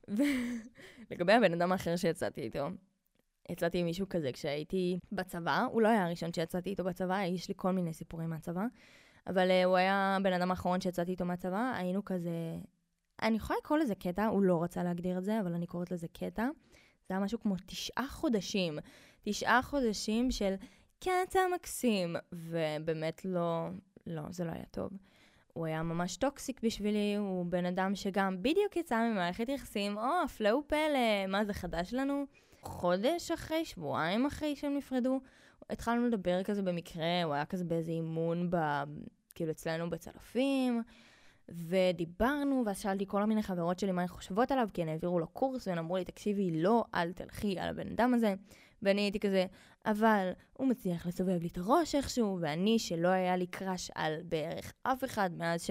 ולגבי הבן אדם האחר שיצאתי איתו, יצאתי עם מישהו כזה כשהייתי בצבא, הוא לא היה הראשון שיצאתי איתו בצבא, יש לי כל מיני סיפורים מהצבא, אבל הוא היה הבן אדם האחרון שיצאתי איתו מהצבא, היינו כזה, אני יכולה לקרוא לזה קטע, הוא לא רצה להגדיר את זה, אבל אני קוראת לזה קטע. זה היה משהו כמו 9 חודשים. 9 חודשים של קטע מקסים. ובאמת לא, זה לא היה טוב. הוא היה ממש טוקסיק בשבילי, הוא בן אדם שגם בדיוק יצא ממערכת יחסים, הפלא ופלא, מה זה חדש לנו? חודש אחרי, שבועיים אחרי שהם נפרדו, התחלנו לדבר כזה במקרה, הוא היה כזה באיזה אימון, כאילו אצלנו בצלפים, ודיברנו, ואז שאלתי כל מיני חברות שלי מה הן חושבות עליו, כי הן העבירו לו קורס, והן אמרו לי, תקשיבי, לא, אל תלכי על הבן אדם הזה. ואני הייתי כזה, אבל הוא מצליח לסובב לי את הראש איכשהו, ואני שלא היה לי קראש על בערך אף אחד מאז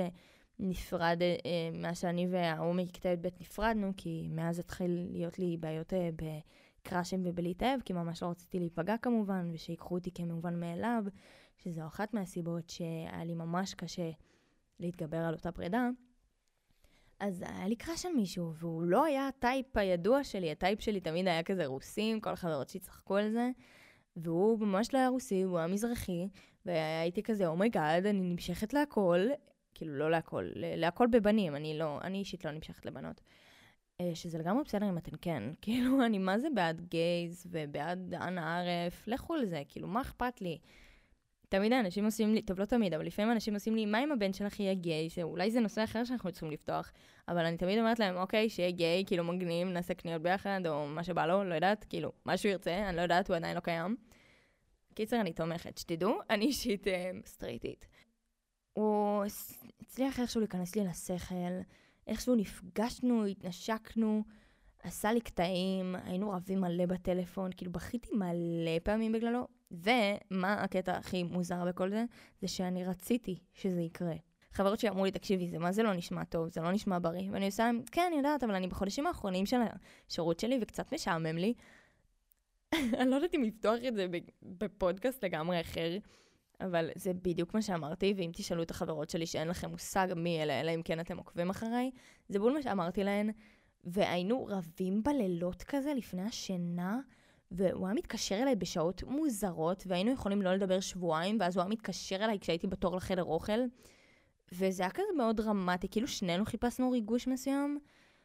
שאני והוא מכיתה י"ב נפרדנו, כי מאז התחיל להיות לי בעיות בקראשים ובלהתאהב, כי ממש לא רציתי להיפגע כמובן, ושיקחו אותי כמובן מאליו, שזו אחת מהסיבות שהיה לי ממש קשה להתגבר על אותה פרידה. אז היה לי קראש על מישהו, והוא לא היה הטייפ הידוע שלי, הטייפ שלי תמיד היה כזה רוסים, כל החברות שצחקו על זה, והוא ממש לא היה רוסי, הוא היה מזרחי, והייתי כזה, אומייגאד, אני נמשכת להכל, כאילו לא להכל, להכל בבנים, אני אישית לא נמשכת לבנות, שזה לגמרי בסדר אם אתן כן, כאילו אני מה זה בעד גייז, ובעד אנה ערף, לכו לזה, כאילו מה אכפת לי? תמיד האנשים עושים לי, טוב לא תמיד, אבל לפעמים אנשים עושים לי, מה אם הבן שלך יהיה גיי? אולי זה נושא אחר שאנחנו צריכים לפתוח, אבל אני תמיד אומרת להם, אוקיי, שיהיה גיי, כאילו מגניב, נעשה קניות ביחד, או מה שבא לו, לא יודעת, כאילו, מה שהוא ירצה, אני לא יודעת, הוא עדיין לא קיים. קיצר, אני תומכת, שתדעו, אני אישית סטרייטית. הוא הצליח איכשהו להיכנס לי לשכל, איכשהו נפגשנו, התנשקנו, עשה לי קטעים, היינו רבים מלא בטלפון, כאילו בכיתי מלא פעמים בגללו, ומה הקטע הכי מוזר בכל זה? זה שאני רציתי שזה יקרה. חברות שאמרו לי, תקשיבי, מה זה לא נשמע טוב, זה לא נשמע בריא, ואני עושה להם, כן, אני יודעת, אבל אני בחודשים האחרונים של השירות שלי, וקצת משעמם לי. אני לא יודעת אם לפתוח את זה בפודקאסט לגמרי אחר, אבל זה בדיוק מה שאמרתי, ואם תשאלו את החברות שלי שאין לכם מושג מי אלה, אלא אם כן אתם עוקבים אחריי, זה בול מה שאמרתי להן, והיינו רבים בלילות כזה לפני השינה, והוא היה מתקשר אליי בשעות מוזרות, והיינו יכולים לא לדבר שבועיים, ואז הוא היה מתקשר אליי כשהייתי בתור לחדר אוכל, וזה היה כזה מאוד דרמטי, כאילו שנינו חיפשנו ריגוש מסוים,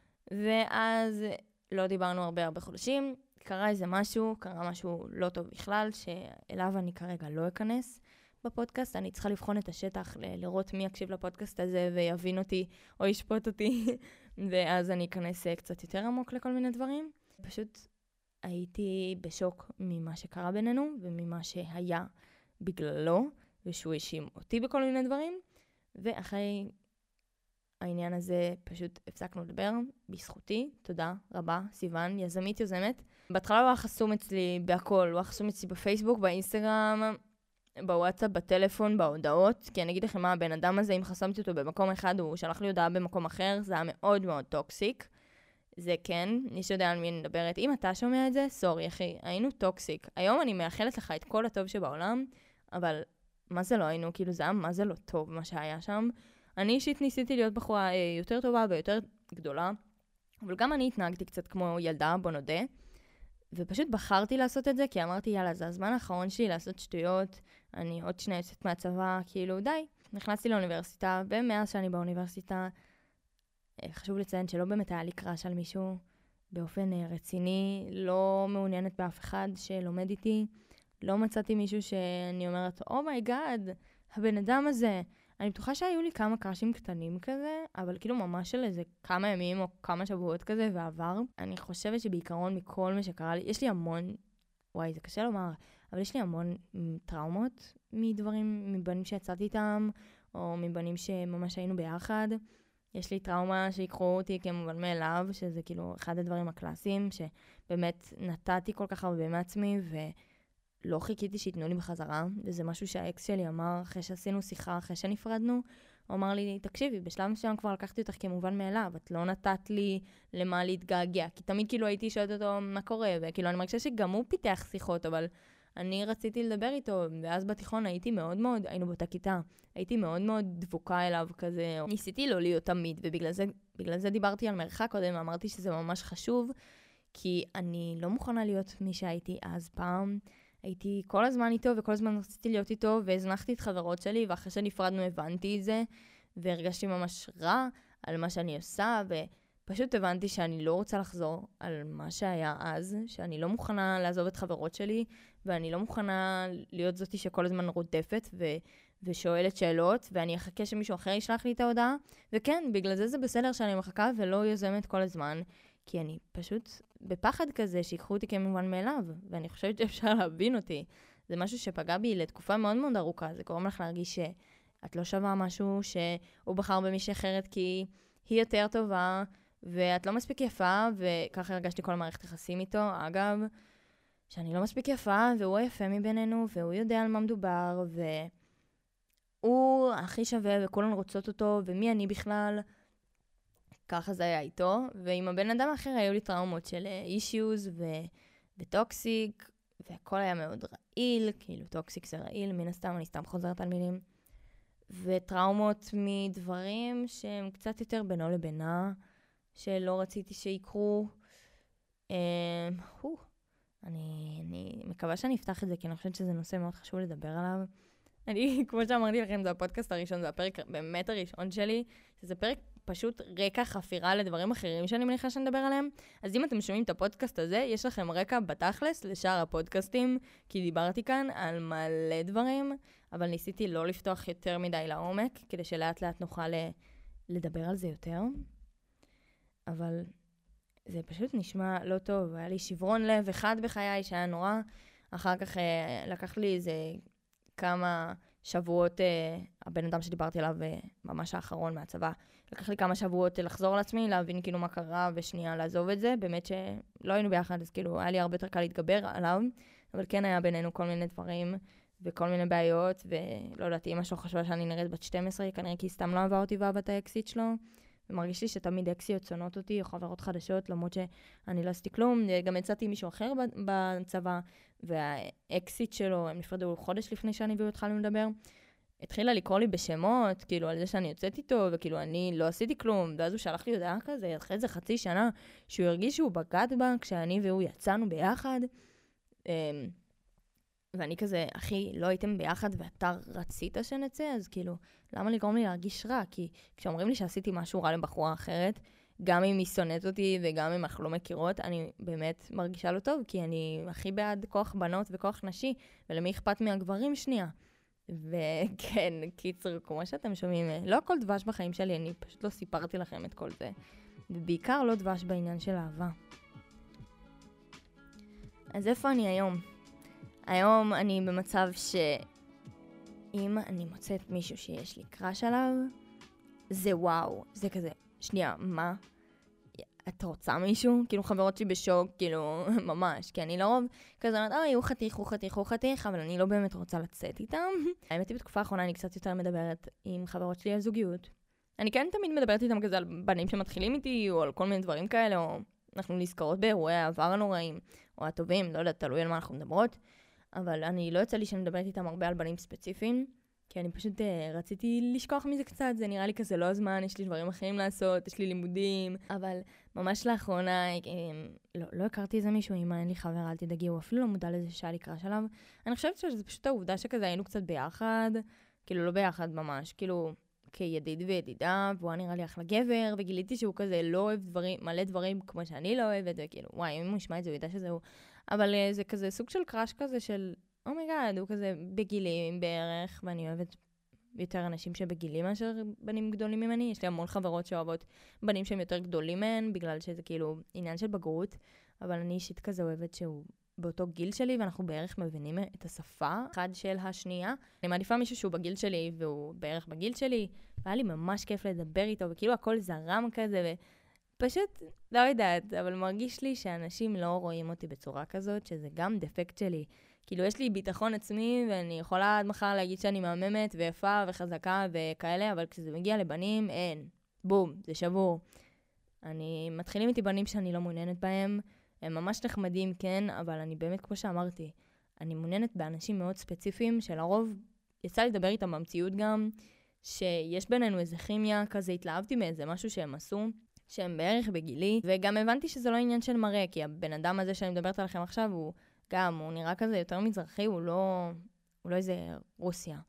ואז לא דיברנו הרבה חודשים, קרה משהו לא טוב בכלל, שאליו אני כרגע לא אכנס בפודקאסט, אני צריכה לבחון את השטח, לראות מי יקשיב לפודקאסט הזה ויבין אותי או ישפוט אותי, ואז אני אכנס קצת יותר עמוק לכל מיני דברים. פשוט הייתי בשוק ממה שקרה בינינו, וממה שהיה בגללו, ושהוא האשים אותי בכל מיני דברים, ואחרי העניין הזה פשוט הפסקנו לדבר, בזכותי, תודה רבה, סיוון, יזמית יוזמת. בהתחלה הוא היה חסום אצלי בהכל, הוא היה חסום אצלי בפייסבוק, באינסטגרם, בוואטסאפ, בטלפון, בהודעות, כי אני אגיד לכם מה, הבן אדם הזה, אם חסמתי אותו במקום אחד, הוא שלח לי הודעה במקום אחר, זה היה מאוד מאוד טוקסיק. זה כן, מי שיודע על מי אני מדברת. אם אתה שומע את זה, סורי אחי, היינו טוקסיק. היום אני מאחלת לך את כל הטוב שבעולם, אבל מה זה לא היינו? כאילו זה היה מה זה לא טוב מה שהיה שם. אני אישית ניסיתי להיות בחורה יותר טובה ויותר גדולה, אבל גם אני התנהגתי קצת כמו ילדה, בוא נודה, ופשוט בחרתי לעשות את זה, כי אמרתי, יאללה, זה הזמן האחרון שלי לעשות שטויות, אני עוד שנייה יוצאת מהצבא, כאילו די. נכנסתי לאוניברסיטה, ומאז שאני באוניברסיטה, חשוב לציין שלא באמת היה לי קראש על מישהו באופן רציני, לא מעוניינת באף אחד שלומד איתי, לא מצאתי מישהו שאני אומרת, אומייגאד, הבן אדם הזה. אני בטוחה שהיו לי כמה קראשים קטנים כזה, אבל כאילו ממש של איזה כמה ימים או כמה שבועות כזה ועבר. אני חושבת שבעיקרון מכל מה שקרה לי, יש לי המון, וואי זה קשה לומר, אבל יש לי המון טראומות מדברים, מבנים שיצאתי איתם, או מבנים שממש היינו ביחד. יש לי טראומה שיקחו אותי כמובן מאליו, שזה כאילו אחד הדברים הקלאסיים, שבאמת נתתי כל כך הרבה מעצמי, ולא חיכיתי שיתנו לי בחזרה, וזה משהו שהאקס שלי אמר, אחרי שעשינו שיחה, אחרי שנפרדנו, הוא אמר לי, תקשיבי, בשלב מסוים כבר לקחתי אותך כמובן מאליו, את לא נתת לי למה להתגעגע, כי תמיד כאילו הייתי שואלת אותו מה קורה, וכאילו אני מרגישה שגם הוא פיתח שיחות, אבל אני רציתי לדבר איתו, ואז בתיכון היינו באותה כיתה, הייתי מאוד מאוד דבוקה אליו כזה, ניסיתי לא להיות תמיד, ובגלל זה דיברתי על מרחק קודם, ואמרתי שזה ממש חשוב, כי אני לא מוכנה להיות מי שהייתי אז פעם, הייתי כל הזמן איתו, וכל הזמן רציתי להיות איתו, והזנחתי את חברות שלי, ואחרי שנפרדנו הבנתי את זה, והרגשתי ממש רע על מה שאני עושה, ופשוט הבנתי שאני לא רוצה לחזור על מה שהיה אז, שאני לא מוכנה לעזוב את חברות שלי, ואני לא מוכנה להיות זאתי שכל הזמן רודפת ושואלת שאלות, ואני אחכה שמישהו אחר ישלח לי את ההודעה. וכן, בגלל זה בסדר שאני מחכה ולא יוזמת כל הזמן, כי אני פשוט בפחד כזה שיקחו אותי כמובן מאליו, ואני חושבת שאפשר להבין אותי. זה משהו שפגע בי לתקופה מאוד מאוד ארוכה, זה גורם לך להרגיש שאת לא שווה משהו, שהוא בחר במישהי אחרת כי היא יותר טובה, ואת לא מספיק יפה, וככה הרגשתי כל המערכת יחסים איתו. אגב, שאני לא מספיק יפה, והוא היפה מבינינו, והוא יודע על מה מדובר, והוא הכי שווה, וכולן רוצות אותו, ומי אני בכלל? ככה זה היה איתו, ועם הבן אדם האחר היו לי טראומות של אישיוז וטוקסיק, והכל היה מאוד רעיל, כאילו טוקסיק זה רעיל, מן הסתם, אני סתם חוזרת על מילים, וטראומות מדברים שהם קצת יותר בינו לבינה, שלא רציתי שיקרו. אני מקווה שאני אפתח את זה, כי אני חושבת שזה נושא מאוד חשוב לדבר עליו. כמו שאמרתי לכם, זה הפודקאסט הראשון, זה הפרק באמת הראשון שלי, שזה פרק פשוט רקע חפירה לדברים אחרים שאני מניחה שנדבר עליהם. אז אם אתם שומעים את הפודקאסט הזה, יש לכם רקע בתכלס לשאר הפודקאסטים, כי דיברתי כאן על מלא דברים, אבל ניסיתי לא לפתוח יותר מדי לעומק, כדי שלאט לאט נוכל לדבר על זה יותר. אבל זה פשוט נשמע לא טוב. היה לי שברון לב אחד בחיי שהיה נורא. אחר כך לקח לי איזה כמה שבועות, הבן אדם שדיברתי עליו ממש האחרון מהצבא, לקח לי כמה שבועות לחזור לעצמי, להבין כאילו מה קרה ושנייה לעזוב את זה, באמת שלא היינו ביחד, אז כאילו היה לי הרבה יותר קל להתגבר עליו, אבל כן היה בינינו כל מיני דברים וכל מיני בעיות, ולא יודעת, אמא שלו חשבה שאני נראית בת 12, כנראה כי סתם לא אהבה אותי ואהבת האקסיט שלו, ומרגיש לי שתמיד אקסיות צונות אותי, או חברות חדשות, למרות שאני לא עשיתי כלום. גם יצאתי עם מישהו אחר בצבא, והאקסיט שלו, הם נפרדו חודש לפני שאני והוא התחלנו לדבר. התחילה לקרוא לי בשמות, כאילו על זה שאני יוצאת איתו, וכאילו אני לא עשיתי כלום, ואז הוא שלח לי הודעה כזה, אחרי איזה חצי שנה, שהוא הרגיש שהוא בגד בה, כשאני והוא יצאנו ביחד. ואני כזה, אחי, לא הייתם ביחד ואתה רצית שנצא, אז כאילו, למה לגרום לי להרגיש רע? כי כשאומרים לי שעשיתי משהו רע לבחורה אחרת, גם אם היא שונאת אותי וגם אם אנחנו לא מכירות, אני באמת מרגישה לא טוב, כי אני הכי בעד כוח בנות וכוח נשי, ולמי אכפת מהגברים שנייה. וכן, קיצר, כמו שאתם שומעים, לא כל דבש בחיים שלי, אני פשוט לא סיפרתי לכם את כל זה. ובעיקר לא דבש בעניין של אהבה. אז איפה אני היום? היום אני במצב שאם אני מוצאת מישהו שיש לי קראש עליו, זה וואו, זה כזה, שנייה, מה? את רוצה מישהו? כאילו חברות שלי בשוק, כאילו, ממש, כי אני לרוב כזה אומרת, הוא חתיך, אבל אני לא באמת רוצה לצאת איתם. האמת היא, בתקופה האחרונה אני קצת יותר מדברת עם חברות שלי על זוגיות. אני כן תמיד מדברת איתם כזה על בנים שמתחילים איתי, או על כל מיני דברים כאלה, או אנחנו נזכרות באירועי העבר הנוראים, או הטובים, לא יודעת, תלוי על מה אנחנו מדברות. אבל אני לא יוצא לי שאני מדברת איתם הרבה על בנים ספציפיים, כי אני פשוט רציתי לשכוח מזה קצת, זה נראה לי כזה לא הזמן, יש לי דברים אחרים לעשות, יש לי לימודים, אבל ממש לאחרונה, לא הכרתי איזה מישהו, אמא, אין לי חבר, אל תדאגי, הוא אפילו לא מודע לזה שהיה לי קראש עליו. אני חושבת שזה פשוט העובדה שכזה היינו קצת ביחד, כאילו לא ביחד ממש, כאילו כידיד וידידה, והוא נראה לי אחלה גבר, וגיליתי שהוא כזה לא אוהב דברים, מלא דברים כמו שאני לא אוהבת, וכאילו, וואי, אם הוא ישמע את זה, הוא ידע שזה הוא. אבל זה כזה סוג של קראש כזה של, אומייגאד, הוא כזה בגילים בערך, ואני אוהבת יותר אנשים שבגילים מאשר בנים גדולים ממני. יש לי המון חברות שאוהבות בנים שהם יותר גדולים מהן, בגלל שזה כאילו עניין של בגרות, אבל אני אישית כזה אוהבת שהוא באותו גיל שלי, ואנחנו בערך מבינים את השפה אחד של השנייה. אני מעדיפה מישהו שהוא בגיל שלי, והוא בערך בגיל שלי, והיה לי ממש כיף לדבר איתו, וכאילו הכל זרם כזה, פשוט, לא יודעת, אבל מרגיש לי שאנשים לא רואים אותי בצורה כזאת, שזה גם דפקט שלי. כאילו, יש לי ביטחון עצמי, ואני יכולה עד מחר להגיד שאני מהממת ויפה וחזקה וכאלה, אבל כשזה מגיע לבנים, אין. בום, זה שבור. מתחילים איתי בנים שאני לא מעוניינת בהם, הם ממש נחמדים, כן, אבל אני באמת, כמו שאמרתי, אני מעוניינת באנשים מאוד ספציפיים, שלרוב יצא לי לדבר איתם במציאות גם, שיש בינינו איזה כימיה, כזה התלהבתי מאיזה משהו שהם עשו, שהם בערך בגילי, וגם הבנתי שזה לא עניין של מראה, כי הבן אדם הזה שאני מדברת עליכם עכשיו, הוא נראה כזה יותר מזרחי, הוא לא איזה רוסיה.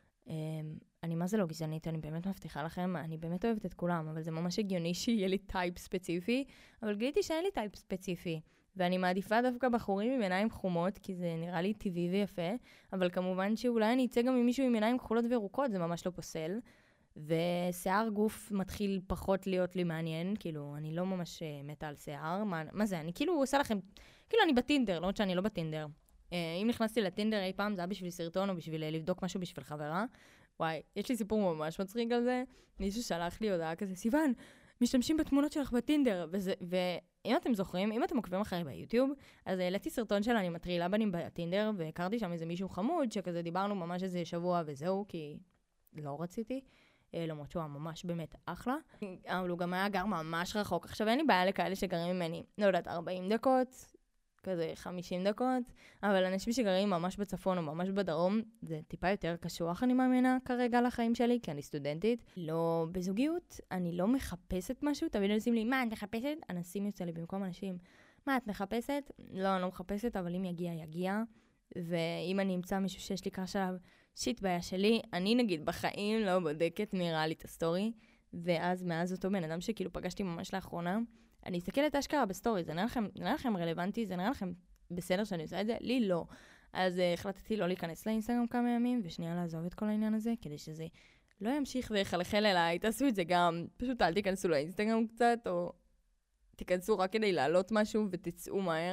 אני מה זה לא גזענית, אני באמת מבטיחה לכם, אני באמת אוהבת את כולם, אבל זה ממש הגיוני שיהיה לי טייפ ספציפי, אבל גיליתי שאין לי טייפ ספציפי, ואני מעדיפה דווקא בחורים עם עיניים חומות, כי זה נראה לי טבעי ויפה, אבל כמובן שאולי אני אצא גם עם מישהו עם עיניים כחולות וירוקות, זה ממש לא פוסל. ושיער גוף מתחיל פחות להיות לי מעניין, כאילו, אני לא ממש מתה על שיער, מה זה, אני כאילו עושה לכם, כאילו אני בטינדר, לא שאני לא בטינדר. אם נכנסתי לטינדר אי פעם, זה היה בשביל סרטון או בשביל לבדוק משהו בשביל חברה. וואי, יש לי סיפור ממש מצחיק על זה, מישהו שלח לי הודעה כזה, סיוון, משתמשים בתמונות שלך בטינדר, ואם אתם זוכרים, אם אתם עוקבים אחרי ביוטיוב, אז העליתי סרטון שלה, אני מטרילה בנים בטינדר, והכרתי שם איזה מישהו חמוד, שכזה דיברנו ממש איזה שבוע וזהו, כי לא רציתי. למרות שהוא ממש באמת אחלה. אבל הוא גם היה גר ממש רחוק. עכשיו אין לי בעיה לכאלה שגרים ממני, לא יודעת, 40 דקות, כזה 50 דקות, אבל אנשים שגרים ממש בצפון או ממש בדרום, זה טיפה יותר קשוח, אני מאמינה כרגע לחיים שלי, כי אני סטודנטית. לא בזוגיות, אני לא מחפשת משהו, תמיד אנשים לי, מה, את מחפשת? אנסים יוצא לי במקום אנשים. מה, את מחפשת? לא, אני לא מחפשת, אבל אם יגיע, יגיע. ואם אני אמצא מישהו שיש לי קראש עליו, שיט בעיה שלי, אני נגיד בחיים לא בודקת מי ראה לי את הסטורי, ואז מאז אותו בן אדם שכאילו פגשתי ממש לאחרונה, אני אסתכלת אשכרה בסטורי, זה נראה לכם רלוונטי, זה נראה לכם בסדר שאני עושה את זה? לי לא. אז החלטתי לא להיכנס לאינסטגרם כמה ימים, ושנייה לעזוב את כל העניין הזה, כדי שזה לא ימשיך ויחלחל אליי, תעשו את זה גם, פשוט אל תיכנסו לאינסטגרם קצת, או תיכנסו רק כדי לעלות משהו ותצאו מהר.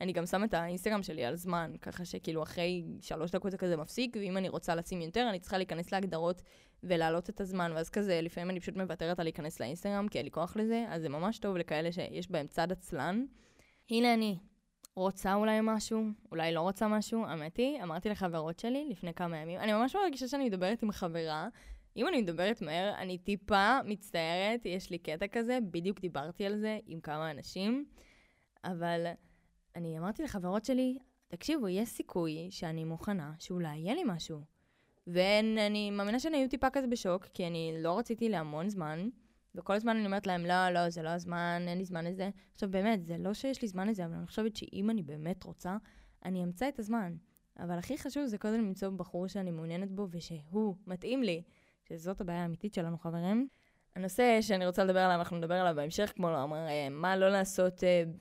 אני גם שמה את האינסטגרם שלי על זמן, ככה שכאילו אחרי 3 דקות זה כזה מפסיק, ואם אני רוצה לשים יותר, אני צריכה להיכנס להגדרות ולהעלות את הזמן, ואז כזה, לפעמים אני פשוט מוותרת על להיכנס לאינסטגרם, כי אין לי כוח לזה, אז זה ממש טוב לכאלה שיש בהם צד עצלן. הנה אני רוצה אולי משהו, אולי לא רוצה משהו, האמת היא, אמרתי לחברות שלי לפני כמה ימים, אני ממש מרגישה שאני מדברת עם חברה, אם אני מדברת מהר, אני טיפה מצטערת, יש לי קטע כזה, בדיוק דיברתי על זה עם כמה אנשים, אבל אני אמרתי לחברות שלי, תקשיבו, יש סיכוי שאני מוכנה שאולי יהיה לי משהו. ואני מאמינה שאני היו טיפה כזה בשוק, כי אני לא רציתי להמון זמן, וכל הזמן אני אומרת להם, לא, זה לא הזמן, אין לי זמן לזה. עכשיו באמת, זה לא שיש לי זמן לזה, אבל אני חושבת שאם אני באמת רוצה, אני אמצא את הזמן. אבל הכי חשוב זה קודם למצוא בחור שאני מעוניינת בו, ושהוא מתאים לי, שזאת הבעיה האמיתית שלנו, חברים. הנושא שאני רוצה לדבר עליו, אנחנו נדבר עליו בהמשך, כמו לומר, מה לא לעשות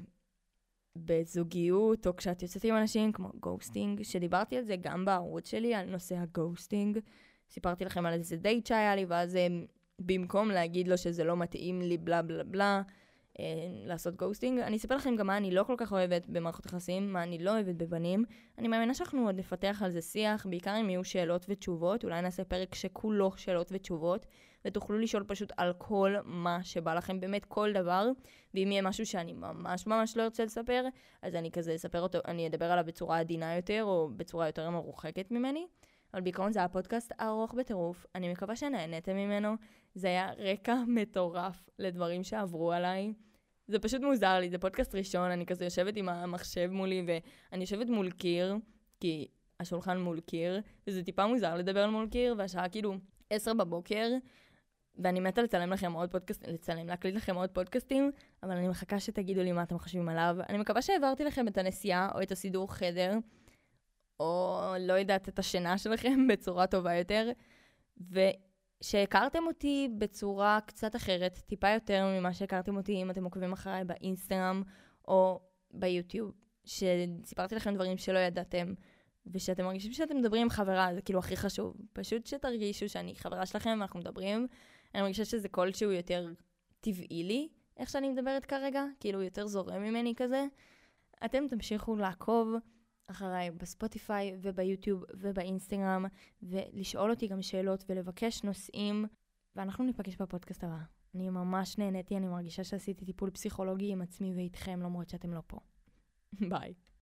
בזוגיות, או כשאת יוצאת עם אנשים, כמו גוסטינג, שדיברתי על זה גם בערוץ שלי, על נושא הגוסטינג. סיפרתי לכם על איזה דייט שהיה לי, ואז במקום להגיד לו שזה לא מתאים לי, בלה בלה בלה, לעשות גוסטינג, אני אספר לכם גם מה אני לא כל כך אוהבת במערכות יחסים, מה אני לא אוהבת בבנים. אני מאמינה שאנחנו עוד נפתח על זה שיח, בעיקר אם יהיו שאלות ותשובות, אולי נעשה פרק שכולו שאלות ותשובות, ותוכלו לשאול פשוט על כל מה שבא לכם, באמת כל דבר, ואם יהיה משהו שאני ממש ממש לא ארצה לספר, אז אני כזה אספר אותו, אני אדבר עליו בצורה עדינה יותר, או בצורה יותר מרוחקת ממני. אבל בעיקרון זה היה פודקאסט ארוך בטירוף, אני מקווה שנהנתם ממנו, זה היה רקע מטורף לדברים שעברו עליי, זה פשוט מוזר לי, זה פודקאסט ראשון, אני כזה יושבת עם המחשב מולי, ואני יושבת מול קיר, כי השולחן מול קיר, וזה טיפה מוזר לדבר מול קיר, והשעה כאילו 10 בבוקר, ואני מתה להקליט לכם עוד פודקאסטים, אבל אני מחכה שתגידו לי מה אתם חושבים עליו. אני מקווה שהעברתי לכם את הנסיעה, או את הסידור חדר, או לא יודעת, את השינה שלכם בצורה טובה יותר, שהכרתם אותי בצורה קצת אחרת, טיפה יותר ממה שהכרתם אותי אם אתם עוקבים אחריי באינסטגרם או ביוטיוב, שסיפרתי לכם דברים שלא ידעתם, ושאתם מרגישים שאתם מדברים עם חברה, זה כאילו הכי חשוב. פשוט שתרגישו שאני חברה שלכם ואנחנו מדברים, אני מרגישה שזה קול שהוא יותר טבעי לי, איך שאני מדברת כרגע, כאילו יותר זורם ממני כזה. אתם תמשיכו לעקוב אחריי בספוטיפיי וביוטיוב ובאינסטגרם, ולשאול אותי גם שאלות ולבקש נושאים, ואנחנו ניפגש בפודקאסט הבא. אני ממש נהניתי, אני מרגישה שעשיתי טיפול פסיכולוגי עם עצמי ואיתכם, למרות שאתם לא פה. ביי.